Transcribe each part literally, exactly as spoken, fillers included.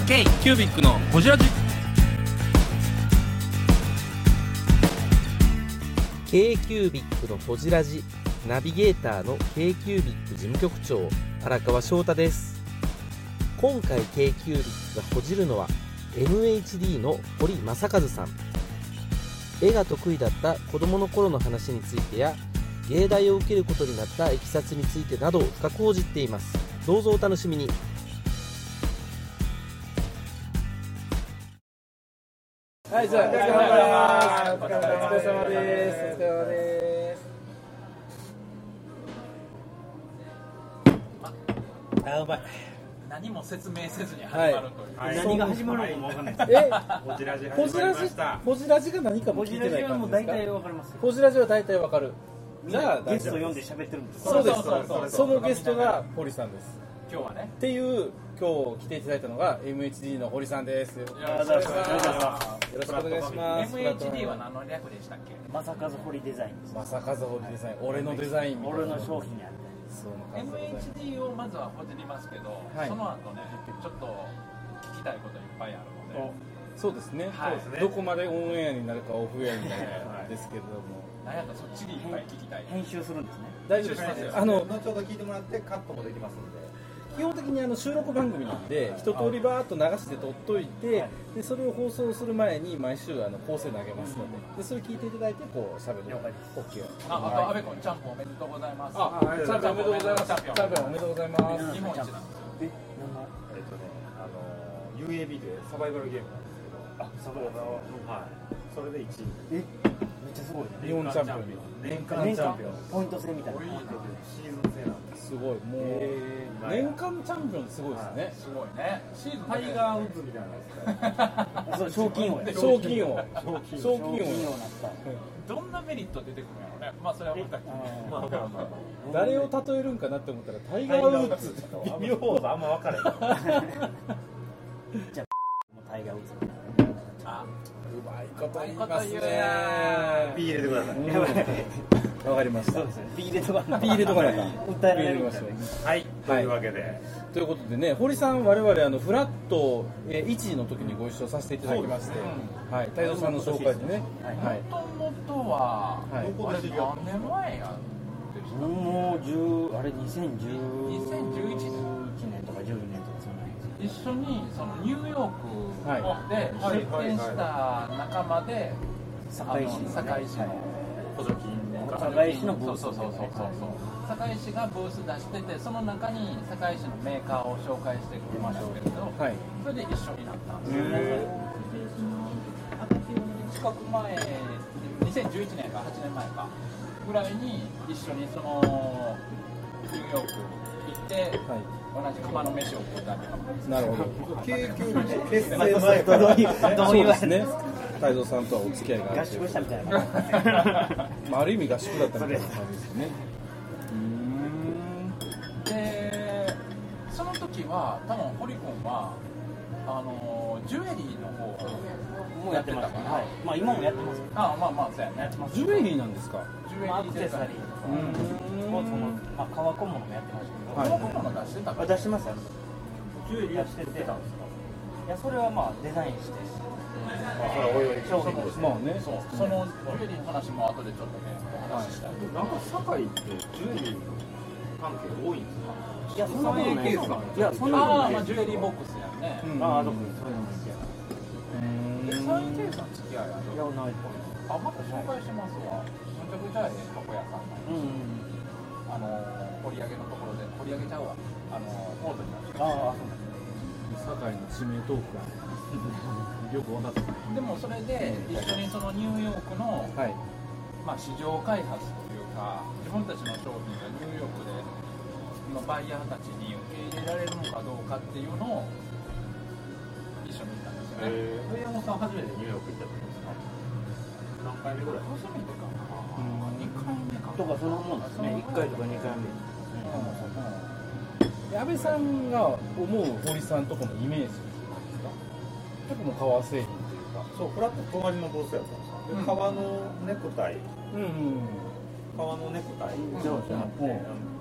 K キュービックのホジラジ K キュービックのホジラジナビゲーターの K キュービック事務局長荒川翔太です。今回 K キュービックがほじるのは エムエイチディー の堀正和さん。絵が得意だった子どもの頃の話についてや芸大を受けることになったいきさつについてなどを深く報じっています。どうぞお楽しみに。はい、じゃあお疲れ様です。お疲れ様です。お疲れ様です。あ、うまい。 何も説明せずに始まるという、 はい、何が始まるのかも分かんないです。 え、 ホジラジ始まりました。 ホジラジが何かも聞いてない感じですか？ホジラジはもう大体分かります。ホジラジは大体分かる。じゃあゲスト呼んで喋ってるんです。そうです。そのゲストが堀さんです。 今日はね。 っていう今日来ていただいたのが エムエイチディー の堀さんです。よろしくお願いします。よろしくお願いします。 エムエイチディー は何の略でしたっけ？ 正和堀デザインです。 正和堀デザイン。俺のデザイン。 俺の商品やる。 エムエイチディー をまずはほじりますけど、はい、その後ね、ちょっと聞きたいこといっぱいあるので。 そうですね。はい、どこまでオンエアになるかオフエアになるかですけれども。 なんやったらそっちにいっぱい聞きたい。 編集するんですね。 大丈夫です。あの後ほど聞いてもらってカットもできますので。 基本的にあの収録番組なんで一通りバーッと流して撮っといて、でそれを放送する前に毎週あの構成投げますので、でそれ聞いていただいてこう喋る。オッケー。 あ、あと阿部君チャンピオンおめでとうございます。 あ、チャンピオンおめでとうございます。チャンピオンおめでとうございます。 日本一なんです。 え、えっとね、あの ユーエービー でサバイバルゲームなんですけど、あ、サバイバルはい。それでいちい。 え、めっちゃすごい。 日本チャンピオン。 年間チャンピオン。 ポイント制みたいな。 シーズン制なんです。 すごい。もう年間チャンピオンすごいですね。 すごいね。シーズンタイガーウッズみたいな。 そう、賞金王や。 賞金王。賞金王になった。 どんなメリット出てくるんやろうね。まあそれはまた。 まあまあまあ。 誰を例えるんかなって思ったらタイガーウッズ。 微妙さあんま分かれへん。 じゃあもうタイガーウッズ。 あ、うまいこと言いますね。 ピー入れてください。 わかりました。 ピー入れとかな。 ピー入れとかないか。 訴えられる。 はい。というわけで。 ということでね、堀さん我々あのフラットいちの時にご一緒させていただきまして、はい、太蔵さんの紹介でね。 はい。もともとはあれ何年前や。 もう十あれにせんじゅうにせんじゅういちねんとかじゅうにねんとかそんな一緒にそのニューヨークで出店した仲間で堺市堺市の補助金堺市のブースそうそうそうそう堺市がブース出してて、その中に堺市のメーカーを紹介してくれましたけれど、はい、それで一緒になったんですよね。近く前にせんじゅういちねんかはちねんまえかぐらいに一緒にそのニューヨーク行って、はい、同じ釜の飯を食ったりとか。 なるほど。 京急の結成前とどういうどういうですね。太蔵さんとはお付き合いがあって。 合宿したみたいな。 まあある意味合宿だったみたいな感じですね。 で、その時は多分堀君はあのジュエリーの方もうやってたかな。はい。まあ今もやってます。 あ、まあまあそうやね。 ジュエリーなんですか。 ジュエリーアクセサリーとか、スポーツもまあ革小物もやってましたけど。 革小物出してたか。 出してますよ。 ジュエリーやってたんですか。 いやそれはまあデザインして。 まあそれおいおい商品です。 まあね。 そう。そのジュエリーの話も後でちょっとねお話ししたい。 なんか堺ってジュエリー関係多いんですか。 いやそんなことないです。いやそんなことない。 まあジュエリーボックスやね。 ああ、どこにそういうのもいけない。 サインケースの付き合いある。 いやないと。 あ、また紹介しますわ。めちゃくちゃええ床屋さんなんです。あの掘り上げのところで掘り上げちゃうわ。あのコートになって。 ああ、そうなんですね。 堺の指名トークがよく分かった。 でもそれで一緒にそのニューヨークの、はい、まあ市場開発というか自分たちの商品がニューヨークでのバイヤーたちに受け入れられるのかどうかっていうのを一緒に行ったんですよね。 えー、山本さん初めてニューヨーク行ったんですか。何回目ぐらい。 初めてかな。にかいめかとかそのもんですね。いっかいとかにかいめ。 安倍さんが思う堀さんとこのイメージですか。結構もう革製品というか。 そう、フラット隣のブースやったんですよ。で、革のネクタイ。 うんうん。 革のネクタイ。 そうですね。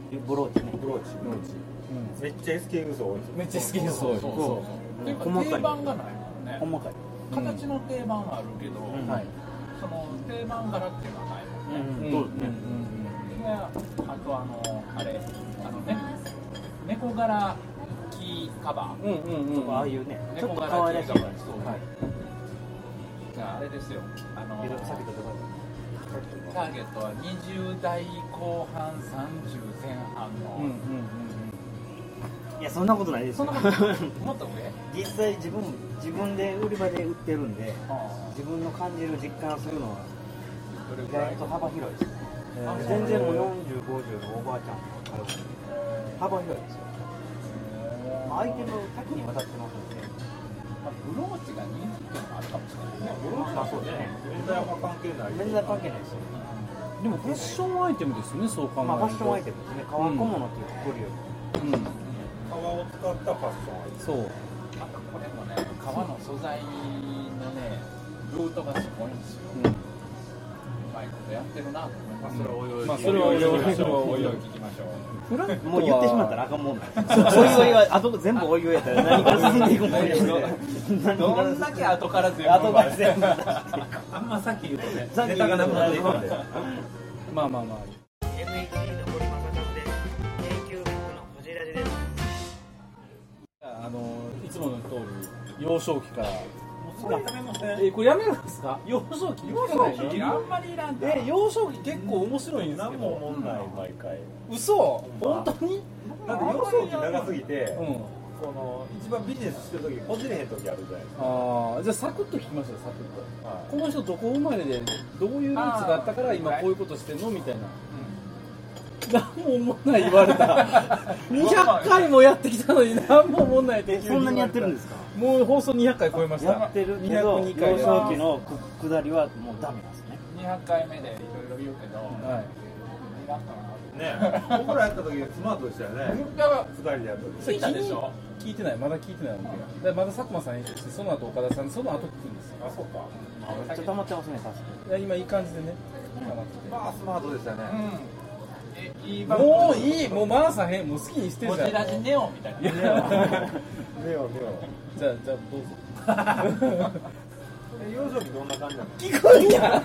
ブローチね。 ブローチブローチ、 めっちゃ エスケー 嘘多い。 めっちゃ好きです。そうそうそうっていうか定番がないもんね。 細かい。 形の定番はあるけど、 はい、 その定番柄っていうのはないもんね。 そうですね。 で、あとあのあれあのね猫柄キーカバー、 うんうんうん、 ああいうね、ちょっと猫柄可愛らしいキーカバー、 やつ。 そう、はい、じゃああれですよ。あのさっきとどこターゲットはにじゅう代後半さんじゅう前半の、 うんうんうん、 いやそんなことないですよ。 そんなこともっと上？ 実際自分自分で売り場で売ってるんで、自分の感じる実感するのは意外と幅広いです。全然もうよんじゅう、ごじゅうのおばあちゃんとか幅広いですよ。アイテム多岐にわたってますので、 ブローチが人気っていうのもあるかもしれないね。 ブローチはそうね。年代は関係ない。 年代関係ないですよ。 でもファッションアイテムですよね、そう考えると。 まあファッションアイテムですね。革小物っていうくくりより。 うん、 革を使ったファッションアイテム。 そう。 あとこれもね、革の素材のね、ルートがすごいんですよ。 うん、うまいことやってるなと思います。 それはおいおい。 まあそれはおいおいおいおい聞きましょう。 もう言ってしまったらあかんもんなんです。おいおいはあと全部おいおいやったら何から進んでいくもんやけど。 どんだけ後から全部。 後から全部。 あんまさっき言うとね、 さっき言うとね。 まあまあまあ。 エムエイチディー の堀正和です。ケーキュービックのこじらじです。 あのいつもの通り幼少期から。 それやめません。 えこれやめるんですか？幼少期。 幼少期あんまりいらん。 え幼少期結構面白いんですけど。 何も思んない毎回。 嘘？本当に？ だって幼少期長すぎて、 うん、 この一番ビジネスしてる時こじれへん時あるじゃないですか。 ああ、じゃあサクッと聞きましょう、サクッと。 はい、 この人どこ生まれでどういうルーツがあったから今こういうことしてんのみたいな。何も思んない言われた。にひゃっかいもやってきたのに何も思んないって。 そんなにやってるんですか？ もう放送にひゃっかい超えました。 やってるけど幼少期のくだりはもうダメなんですね。 にひゃっかいめでいろいろ言うけど、 はい。 ね、僕らやった時スマートでしたよね。ふたりでやった時。 聞いたでしょ？ 聞いてない、まだ聞いてないわけが。まだ佐久間さん演出して、その後岡田さんでその後聞くんですよ。 あ、そうか。 めっちゃ溜まってますね、確かいや今いい感じでね。 まあスマートでしたね。 もういい、もう回さへん、もう好きにしてるじゃん。 こじらじネオみたいな。 ネオネオ。 じゃあじゃあどうぞ。 幼少期どんな感じなの？ 聞くんや。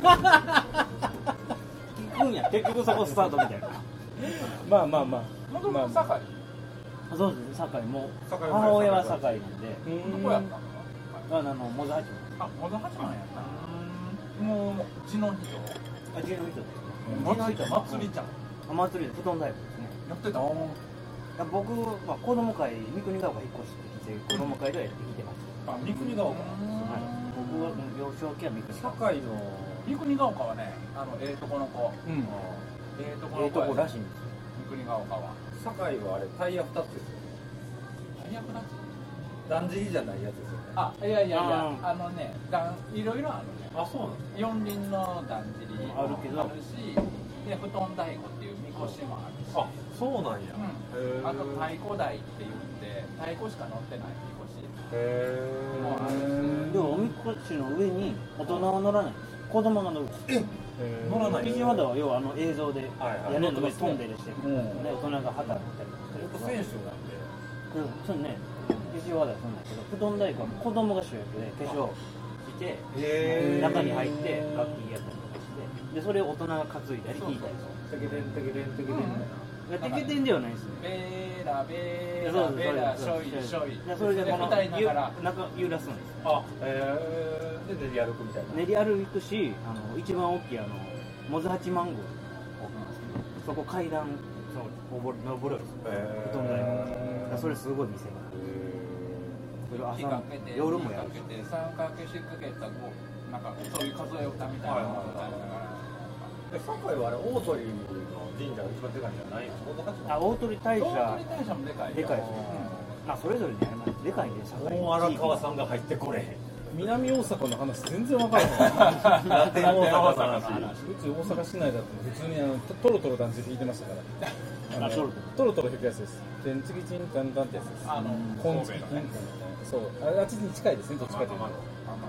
聞くんや。結局そこスタートみたいな。 まあまあまあ。 もともと堺。 そうですね、堺も母親は堺なんで。 どこやったの？ あのモザ八幡。 あ、モザ八幡やった。もう血の人。 あ、血の人。 血の人祭りちゃん。 お祭りで布団太鼓ですね。 やってた。 僕、まあ、子供会、三国ヶ丘引っ越してきて、子供会ではやってきてます。 あ、三国ヶ丘。 はい。僕は幼少期は三国ヶ丘。 堺の三国ヶ丘はね、あのええとこの子。うん。ええとこの子。 ええとこらしいんですよ。 三国ヶ丘は。 堺はあれタイヤふたつですよ。 タイヤふたつ？ だんじりじゃないやつですよね。 あ、いやいやいや、あのね、だんいろいろあるね。 あ、そうなんですか。 四輪のだんじりあるけどあるし、で布団太鼓っていうみこしもあるし。 あ、そうなんや。 うん、あと太鼓台って言って太鼓しか乗ってないみこし。 へもあるし。 でもおみこしの上に大人は乗らないんです。子供が乗る。え？ 乗らない。 岸和田は要はあの映像で屋根の上飛んでるして、 うん、 で大人が旗振ったりとか。 僕選手なんで。 うん、そうね。岸和田はそうなんだけど、布団太鼓は子供が主役で化粧して中に入って楽器やったりとかして、でそれを大人が担いだり弾いたりする。 テケテンテケテンテケテン。 いやテケテンではないですね。 ベーラベーラベーラショイショイ。 それでこの歌いながら中揺らすんです。 あ、えー、で練り歩くみたいな。 練り歩くし、あの一番大きいあのモズ八幡宮、そこ階段登る登るんですよ。布団台。それすごい見せ場。 火かけて夜もやる。 三かけしかけたこうなんかそういう数え歌みたいなのを歌いながら。 堺はあれ大鳥の神社が一番でかいんじゃないの？ あ、大鳥大社。 大鳥大社もでかい。 でかいですね。まあそれぞれにあります。でかいんで堺。 大荒川さんが入ってこれへん。 南大阪の話全然わからない。 なんで大阪の話。 うち大阪市内だと普通にあのトロトロ団地で弾いてましたから。 あ、トロトロトロ弾くやつです。てんちぎちんたんたんってやつです。 あの神戸のね。そう、あっちに近いですね、どっちかというと。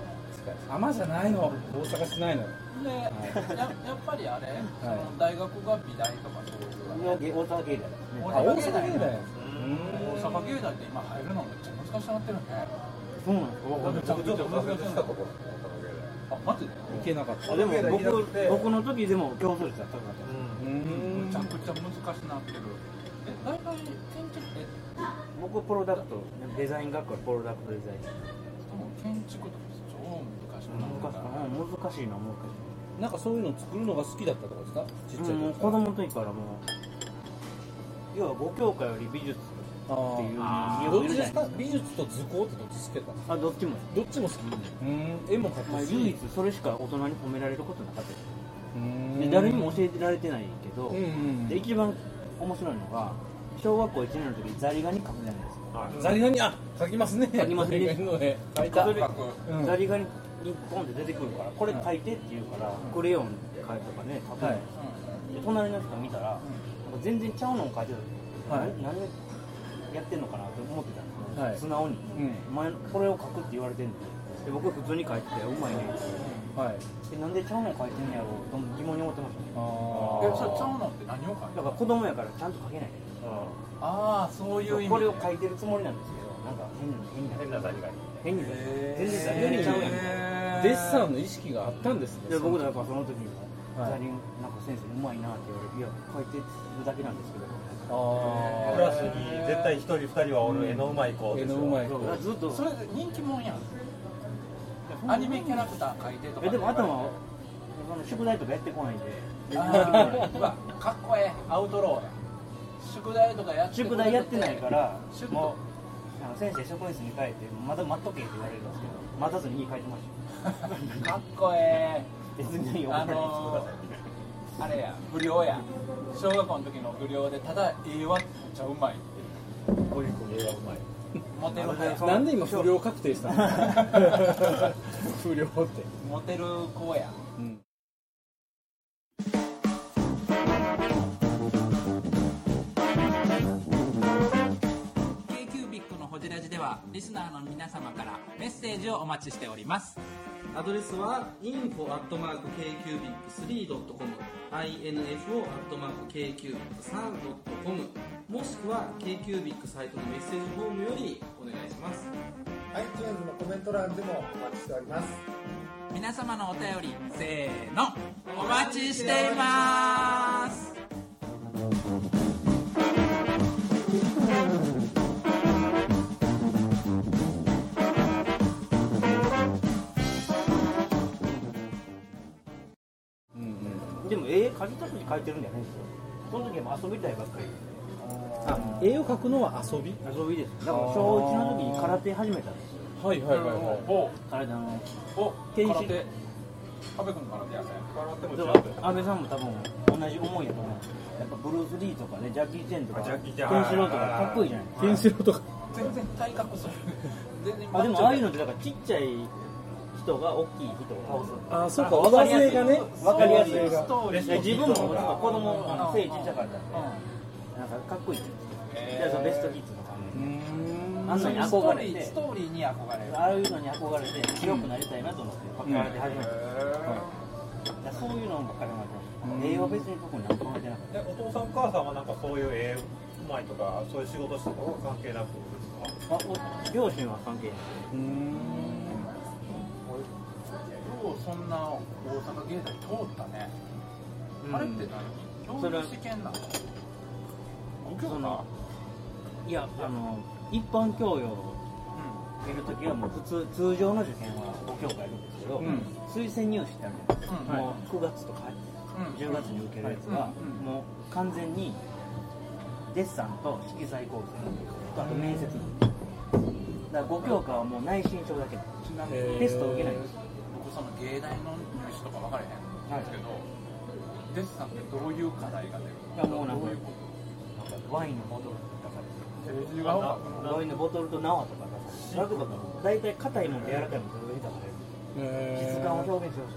かい。 甘じゃないの、大阪市ないのよ。 で、ややっぱりあれ、その大学が美大とかそういう大阪芸大ですね。 あ、大阪芸大。 大阪芸大って今入るのめっちゃ難しくなってるね。 そうなんですか。 めちゃくちゃ難しいところ。あ、マジで？ 行けなかった。 でも僕僕の時でも競争率は高かったです。 めちゃくちゃ難しくなってる。え、大体建築って僕プロダクトデザイン学校プロダクトデザイン。 建築とか超難しくな難しいな難しいな難しい。 なんかそういうの作るのが好きだったとかですか？ちっちゃいもう子供の時からもう要はご教科より美術っていうどっちですか？美術と図工ってどっち好きだったんですか？ あ、どっちもどっちも好き。うん、絵も描くし、 唯一それしか大人に褒められることなかったです。で誰にも教えられてないけど、で一番面白いのが小学校いちねんの時にザリガニ描くじゃないですか。 ザリガニ、あ、描きますね。 描きますね。 ザリガニの絵描いた。 ザリガニにポンって出てくるからこれ描いてって言うからクレヨン描いとかね描くんです。で隣の人が見たら全然ちゃうのを描いてた。何やってんのかなと思ってたんですよ、はい、素直に、うん、お前これを書くって言われてんので僕は普通に書いててうまいねって、はい、でなんでちゃうの書いてんやろうと疑問に思ってましたね。 あえそれちゃうのって何を書いてる？ だから子供やからちゃんと書けない。 ああそういう意味。 これを書いてるつもりなんですけどなんか変な変なザリガニ変に全然ザリガニちゃうやん。 デッサンの意識があったんですね。 で僕だからその時にザリなんか先生うまいなって言われていや書いてるだけなんですけどあクラスに絶対一人二人はおる絵のうまい子でしょ。絵のうまい子ずっとそれで人気もんやん。アニメキャラクター描いてとか。 えでも頭宿題とかやってこないんで。 うわかっこええアウトローや。宿題とかやって宿題やってないからもう先生職員室に帰ってまだ待っとけって言われるんですけど待たずに家帰ってました。 かっこええ。 別にあのー、あれや不良や。小学校の時の不良でただ絵はめっちゃうまい。 こういう子絵はうまい。 モテる子。 なんで今不良確定したの？不良って。 モテる子や。うん。K-Cubic のホジラジではリスナーの皆様からメッセージをお待ちしております。 アドレスは インフォ アットマーク ケーキュービックスリードットコム インフォ アットマーク ケーキュービックスリードットコム もしくは K-Cubic サイトのメッセージフォームよりお願いします。 iTunes のコメント欄でもお待ちしております。 皆様のお便りせーのお待ちしています。 でも絵描きたくて描いてるんじゃないんですよ。その時は遊びたいばっかり。 あ、絵を描くのは遊び？ 遊びです。だから小いちの時に空手始めたんですよ。 はいはいはいはい。 空手のお空手。阿部君空手やね。 空手も阿部さんも多分同じ思いやと思うんですよ。やっぱブルース・リーとかね、ジャッキー・チェンとかケンシロウとかかっこいいじゃないですか。 ケンシロウとか全然体格それ。 あでもああいうのってだからちっちゃい人が大きい人を倒す。 あ、そうか、技勢がね、 分かりやすい。自分も子供の背小さかったんで、なんかかっこいいじゃないですか。ベストキッズとかあんなに憧れて、 ストーリーに憧れる。 ああいうのに憧れて強くなりたいなと思って空手始めた。そういうのばっかり考えてました。絵は別に特に何も考えてなかった。 お父さんお母さんはなんかそういう絵うまいとかそういう仕事してたの関係なくですか？ あ、両親は関係ない。 そんな大阪芸大通ったね。あれって何？教育試験なの？ そのいやあの一般教養を見るときはもう普通通常の受験はご教科やるんですけど、うん、推薦入試ってあるじゃないですか。もうくがつとかじゅうがつに受けるやつはもう完全にデッサンと色彩構成とあと面接なんです。だからご教科はもう内申書だけなんです。テストを受けないんです。 その芸大の入試とか分かれへんんですけど、デッサンってどういう課題が出るの？ いやもうなんかワインのボトルとかワインのボトルと縄とか出される。大体硬いもんと柔らかいもんと上に出される。質感を表現しました。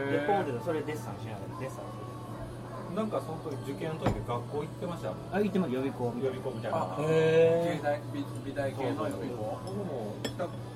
でポンでそれデッサンしながらデッサンする。 なんかその時受験の時学校行ってました？ あ、行ってます。予備校予備校みたいな。 芸大美大系の予備校。 僕も行って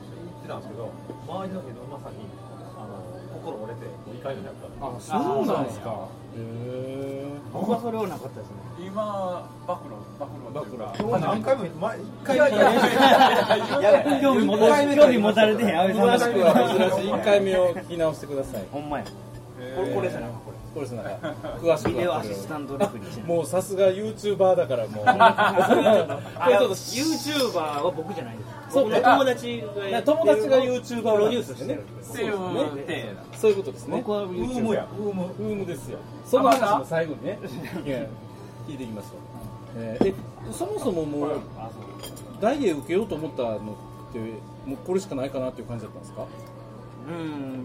たんですけど、周りの江戸まさにあの心折れてもう怒りになった。 あ、そうなんですか。へえ。 僕はそれはなかったですね。 今暴露暴露っていうか今日何回も前一回いやいやいや興味持たれ興味持たれてへん。安倍さんが詳しくは珍しいいっかいめを聞き直してください。 ほんまや。これこれじゃないこれ。 これですなんか詳しくはビデオアシスタントレフリーしてもうさすが YouTuber だからもう。 あ、YouTuber は僕じゃないです。僕の友達が友達が YouTuber プロデュースしてるっていうね。 そういうことですね。 僕はウームやウームウームですよ。その話も最後にね、いや聞いていきましょう。えー、えそもそももう大芸受けようと思ったのってもうこれしかないかなっていう感じだったんですか？ うん、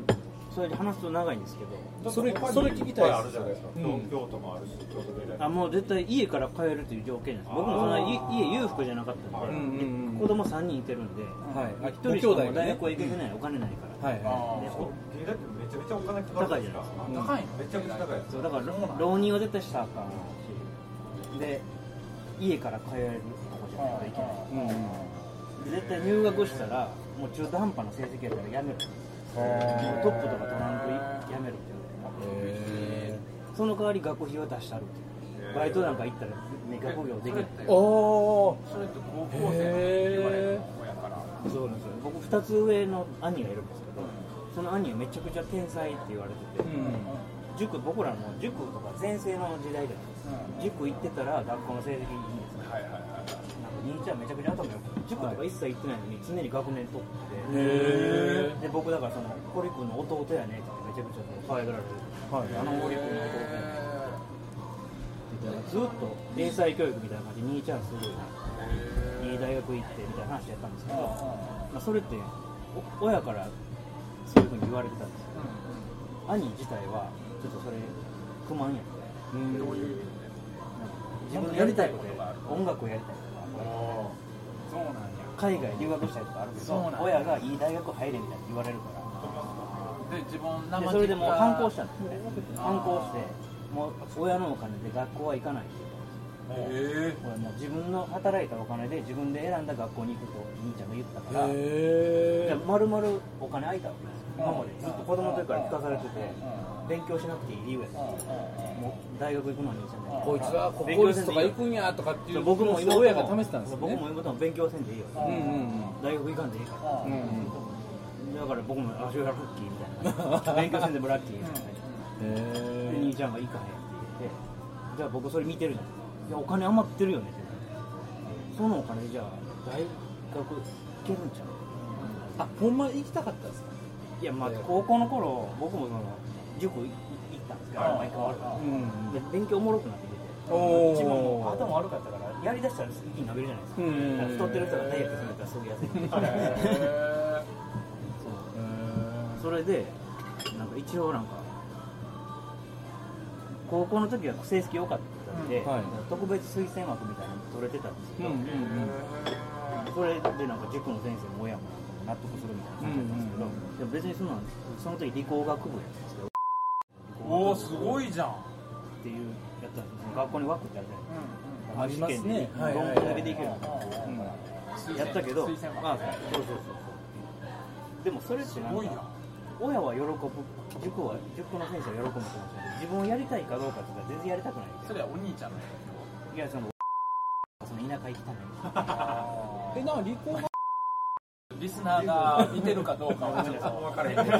それで話すと長いんですけど、 それそれ聞きたいです。 あるじゃないですか。東京都もあるし、京都で。 あ、もう絶対家から帰るという条件なんです。僕もそんな家裕福じゃなかったんで、うんうんうん、子供さんにんいてるんで、はい、一人しかも大学は行けてない、お金ないから。はいはい。 芸大ってめちゃめちゃお金かかるじゃないですか。 高いの？ めちゃめちゃ高い。 そうだから浪人は絶対したらあかんし、で家から帰れるとこじゃないといけない。うんうん、絶対入学したらもう中途半端な成績やからやめる。トップとか取らんとやめるって言われて、その代わり学費は出してあるって、バイトなんか行ったら、ね、学業できる。 おー、それって高校生って言われる親から。 そうなんですよ。僕ふたつ上の兄がいるんですけど、その兄はめちゃくちゃ天才って言われてて、うん、塾、僕らの塾とか全盛の時代じゃないですか、うん、塾行ってたら学校の成績いいんですね。はいはいはい。なんか兄ちゃんめちゃくちゃ頭良くて、塾とか一切行ってないのに常に学年トップで、で僕だからその堀君の弟やねってめちゃくちゃ可愛がられる、はい、あの堀君の弟やねってずっと英才教育みたいな感じで兄ちゃんすごいいい大学行ってみたいな話やったんですけど、まあ、それって親からそういうふうに言われてたんですよ、うん、兄自体はちょっとそれ不満やって、うん、どういう自分のやりたいことが音楽をやりたいとか、そうなんや、海外留学したりとかあるけど、親がいい大学入れみたいに言われるから、で自分でそれでもう反抗したんですね。反抗してもう親のお金で学校は行かないって言ったんですよ。もう自分の働いたお金で自分で選んだ学校に行くと兄ちゃんが言ったから、じゃあ丸々お金空いたわけですよ。今までずっと子供の時から聞かされてて、勉強しなくていい理由やったんですよ。もう大学行くのに兄ちゃんで、 こいつは国公立とか行くんやとかっていう、 僕も今親が試してたんですよね。 僕も妹も勉強せんでいいよ、うんうん、大学行かんでいいから、うんうん、だから僕もあ、それはラッキーみたいな勉強せんでもラッキーみたいな、へで兄ちゃんが行かへんって言って、じゃあ僕それ見てるじゃん、いやお金余ってるよねって、そのお金じゃあ大学行けるんちゃう、 あ、ほんま行きたかったんですか。 いや、まあ高校の頃僕もその塾行ったんですけど、毎回悪かった、うん、で勉強おもろくなってきて、うちも頭悪かったからやりだしたら一気に伸びるじゃないですか、うん、太ってる人がダイエットするんだったらすごい痩せるそうそれでなんか一応なんか高校の時は成績良かったんで、うん、はい、特別推薦枠みたいなの取れてたんですけど、うんうんうん、それでなんか塾の先生も親も納得するみたいな感じだったんですけど、うんうんうん、でも別にそのその時理工学部やったんですけど、 おお、すごいじゃんっていうやったんですよ。学校に枠ってあるじゃないですか、 ありますね、 論文だけでいけるのかやったけど、まあそうそうそうそう、でもそれってなんか親は喜ぶ、塾は塾の先生は喜ぶかもしれないけど、自分をやりたいかどうかって言ったら全然やりたくない。 それはお兄ちゃんのいや、そのその田舎行きたいえ、な理工学リスナーが見てるかどうかはちょっと分からへんけど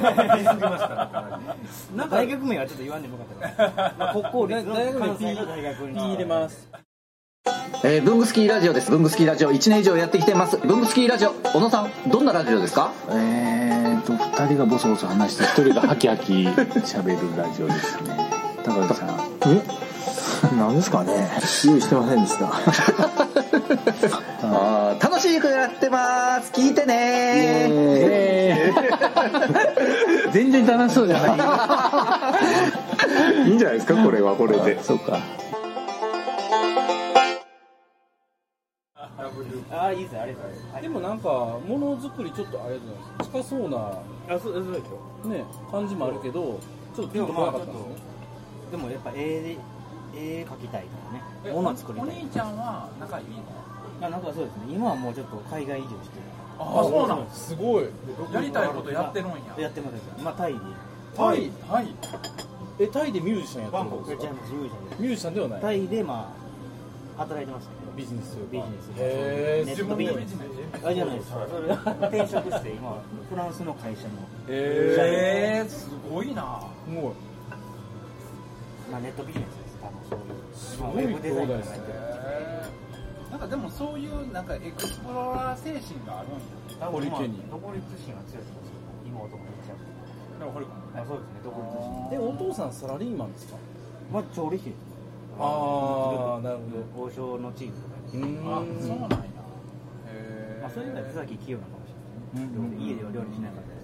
なんか大学名はちょっと言わんでもよかったから、国公立の関西の大学に入れます。 えー、ブングスキーラジオです。ブングスキーラジオいちねん以上やってきてます。ブングスキーラジオ、小野さん、どんなラジオですか？ えーとふたりがボソボソ話してひとりがハキハキ喋るラジオですね。高木さん、え、なんですかね、用意してませんでしたあ、楽しくやってます、聞いてねー全然楽しそうじゃないいいんじゃないですか、これはこれで。そうか、 あ、いいですね、ありがとうございます。 でもなんかものづくりちょっとあれじゃないですか、近そうな、 あ、そうそうでしょね、 感じもあるけど、ちょっとピンとこなかったんですね。 でもやっぱ絵絵描きたいとかね、 え物作りたい。 お兄ちゃんは仲いいの？ あ、なんかそうですね。今はもうちょっと海外移住して。 あ、そうなの。 すごい。 やりたいことやってるんや。 やってます。まあタイで。 タイタイ。 え、タイでミュージシャンやってるんですか？ ミュージシャンです。 ミュージシャンではない。 タイでまあ働いてましたけど。 ビジネス。 ビジネス。 へえ。 ネットビジネス。あ、じゃないです。それ転職して今フランスの会社の。 へえ、すごいな。 すごい。 まあネットビジネスです。多分そういう。 すごい兄弟ですね。 なんかでもそういうなんかエクスプローラー精神があるんや。 堀家に。 独立心は強いです。妹もめっちゃ。 でも堀君もね。 あ、そうですね。独立心。 え、お父さんサラリーマンですか？ まあ調理師。 ああ、なるほど。王将のチームとか。 うん。 あ、そうなんや。へえ。 まあそういうのは手先器用なのかもしれないですね。家では料理しなかったです。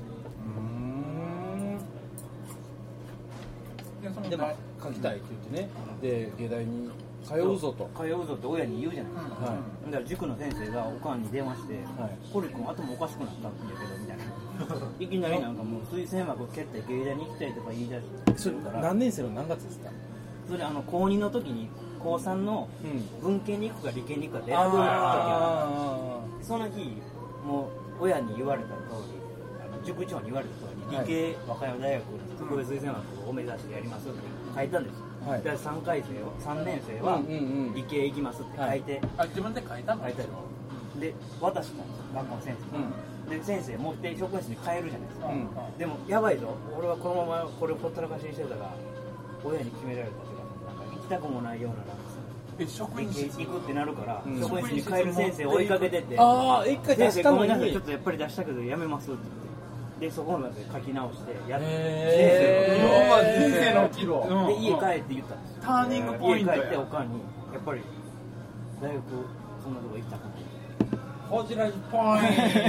うん。でも書きたいって言ってね。で芸大に通うぞと。 通うぞって親に言うじゃないですか。はい。だから塾の先生がおかんに電話して、堀君頭おかしくなったんだけどみたいな。いきなりなんかもう推薦枠蹴って芸大に行きたいとか言い出して。 それ何年生の何月ですか？ それあの高にの時に高さんの文系に行くか理系に行くか選ぶようになった時、その日もう親に言われた通り、あの塾長に言われた通り、理系和歌山大学の特別推薦枠を目指してやりますって書いたんですよ。はい、でさんかい生はさんねん生は理系行きますって書いて、 あ、自分で書いたの？ 書いたよ。で渡したんですよ、学校の先生、うん、で先生持って職員室に帰るじゃないですか、うん、でもやばいぞ、俺はこのままこれをほったらかしにしてたら親に決められたというか、なんか行きたくもないようななんですよ。え、職員室行くってなるから、うん、職員室に帰る先生を追いかけてて、 ああ、一回出したのに、 ちょっとやっぱり出したけどやめますって言って、でそこまで書き直してやって、 人生の岐路で家帰って言ったんですよ。 ターニングポイントや。 家帰っておかんにやっぱり大学そんなとこ行きたくない。 ホジラジポイン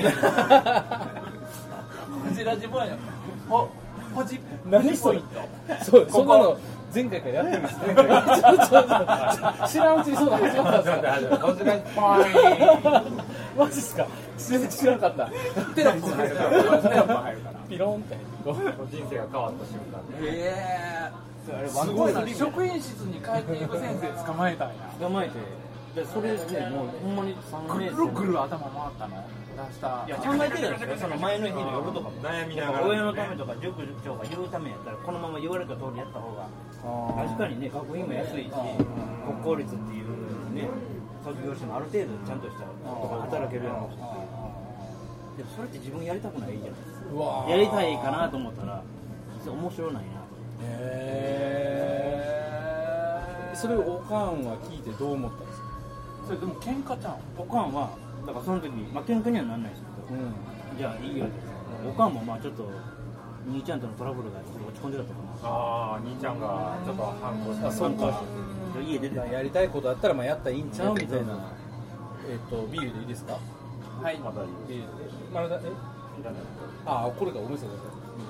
ト。ホジラジポイント。ほホジ何それ。そうそんなの前回からやってるんですね。知らんうちにそうな始まったんですか。 ホジラジポイント。 マジっすか。全然知らなかった。 テロップ入るから。テロップ入るから。 ピロンって人生が変わった瞬間で。 へえ。すごいな。職員室に帰っていく先生捕まえたんや。 捕まえて。でそれでもうほんまにさんねん生。 ぐるぐる頭回ったの。出した。 いや考えてるんですよ。その前の日の夜とかも悩みながら。 親のためとか塾長が言うためやったらこのまま言われた通りやった方が確かにね学費も安いし国公立っていうね卒業してもある程度ちゃんとしたとか働けるやろうし。でもそれって自分やりたくないじゃないですか。やりたいかなと思ったら面白ないなと。 へえ。それをおかんは聞いてどう思ったんですか。 それでも喧嘩ちゃん。 おかんはだからその時まあ喧嘩にはならないですけど、うん、じゃあいいよって。おかんもまあちょっと兄ちゃんとのトラブルがちょっと落ち込んでたとかな。 ああ、兄ちゃんがちょっと反抗した。 そうか。 家出てやりたいことあったらまあやったらいいんちゃうみたいな。えっとビールでいいですか。 はい。 まだいい。 ビールで。まだえ？ああ、これがお店だ。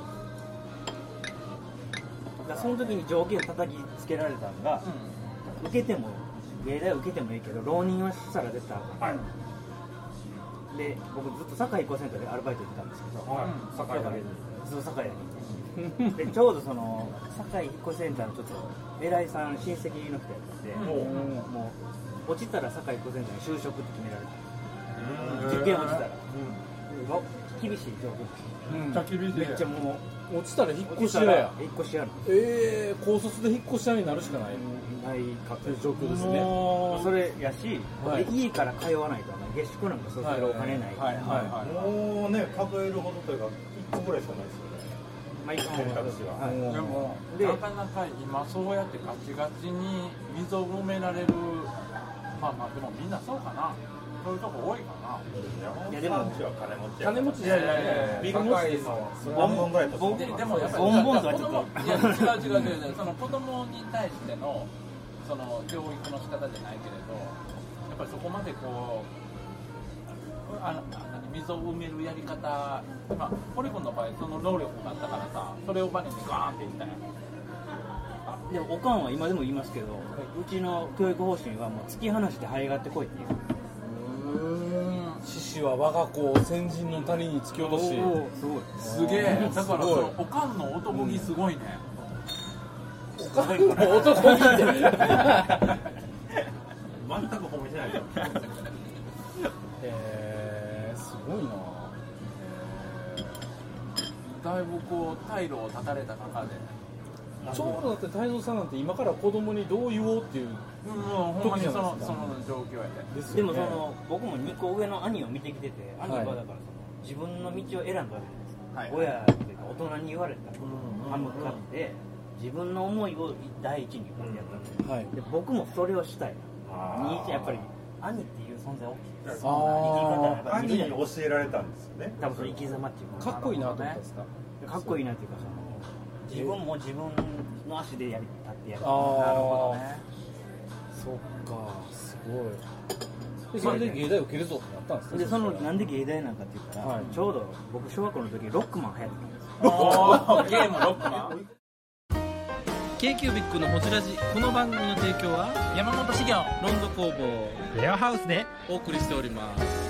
だその時に条件叩きつけられたのが、うん、受けても芸大受けてもいいけど浪人はしたら絶対あかん。はい。で僕ずっと堺高センターでアルバイトしてたんですけど、はい、堺でずっと堺にでちょうどその堺高センターのちょっと偉いさん親戚の人やってて、うん、もう落ちたら堺高センターに就職って決められた。受験落ちたら、うん、厳しい条件。 めっちゃ厳しい。 めっちゃもう落ちたら引っ越し屋や。 引っ越し屋。 ええー、高卒で引っ越し屋になるしかない。 ないかという状況ですね。 それやし、はい、家から通わないと下宿なんかそうするお金ない。 はいはいはい。もうね数えるほどというか一個ぐらいしかないですよね。 まあ一個選択肢は。 はい、でもなかなか今そうやってガチガチに溝を埋められる。まあまあでもみんなそうかな。そういうとこ多いかな。 いやでも金持ちじゃない。ビッグモスです。 ボンボンぐらいと。 ででもやっぱりボンボンとはちょっといや違う違う違うその子供に対してのその教育の仕方じゃないけれど、やっぱりそこまでこうあの溝を埋めるやり方、まあ堀君の場合その能力があったからさ、それをバネにガーンっていったんや。 でもおかんは今でも言いますけど、うちの教育方針はもう突き放して這い上がってこいっていう。 獅子は我が子を先人の谷に突き落とし。 すごい。 すげえ。だからそのおかんの男気すごいね。 お男気って全く褒めてないよへーすごいな。 だいぶこう退路を断たれた中でちょうどだって太蔵さんなんて今から子供にどう言おうっていう、 うん、ほんまにそのその状況やで、 でもその僕もにこ上の兄を見てきてて、兄はだからその自分の道を選んだわけじゃないですか、はい、親っていうか大人に言われた歯向かって自分の思いを第一に思ってやったんで、はい、で僕もそれをしたい。やっぱり兄っていう存在大きいです。 兄に教えられたんですよね。 多分その生き様っていうかかっこいいなと思ったんですか。 かっこいいなっていうかその自分も自分の足でやり立ってやる。 ああ、なるほどね。そっか、すごい。でそれで芸大を受けるぞってなったんですか。 でそのなんで芸大なんかって言ったら、はい、ちょうど僕小学校の時ロックマン流行ってたんです。 ゲームロックマン。 k q b i c のホジラジ、この番組の提供は山本資源ロンド工房レアハウスでお送りしております。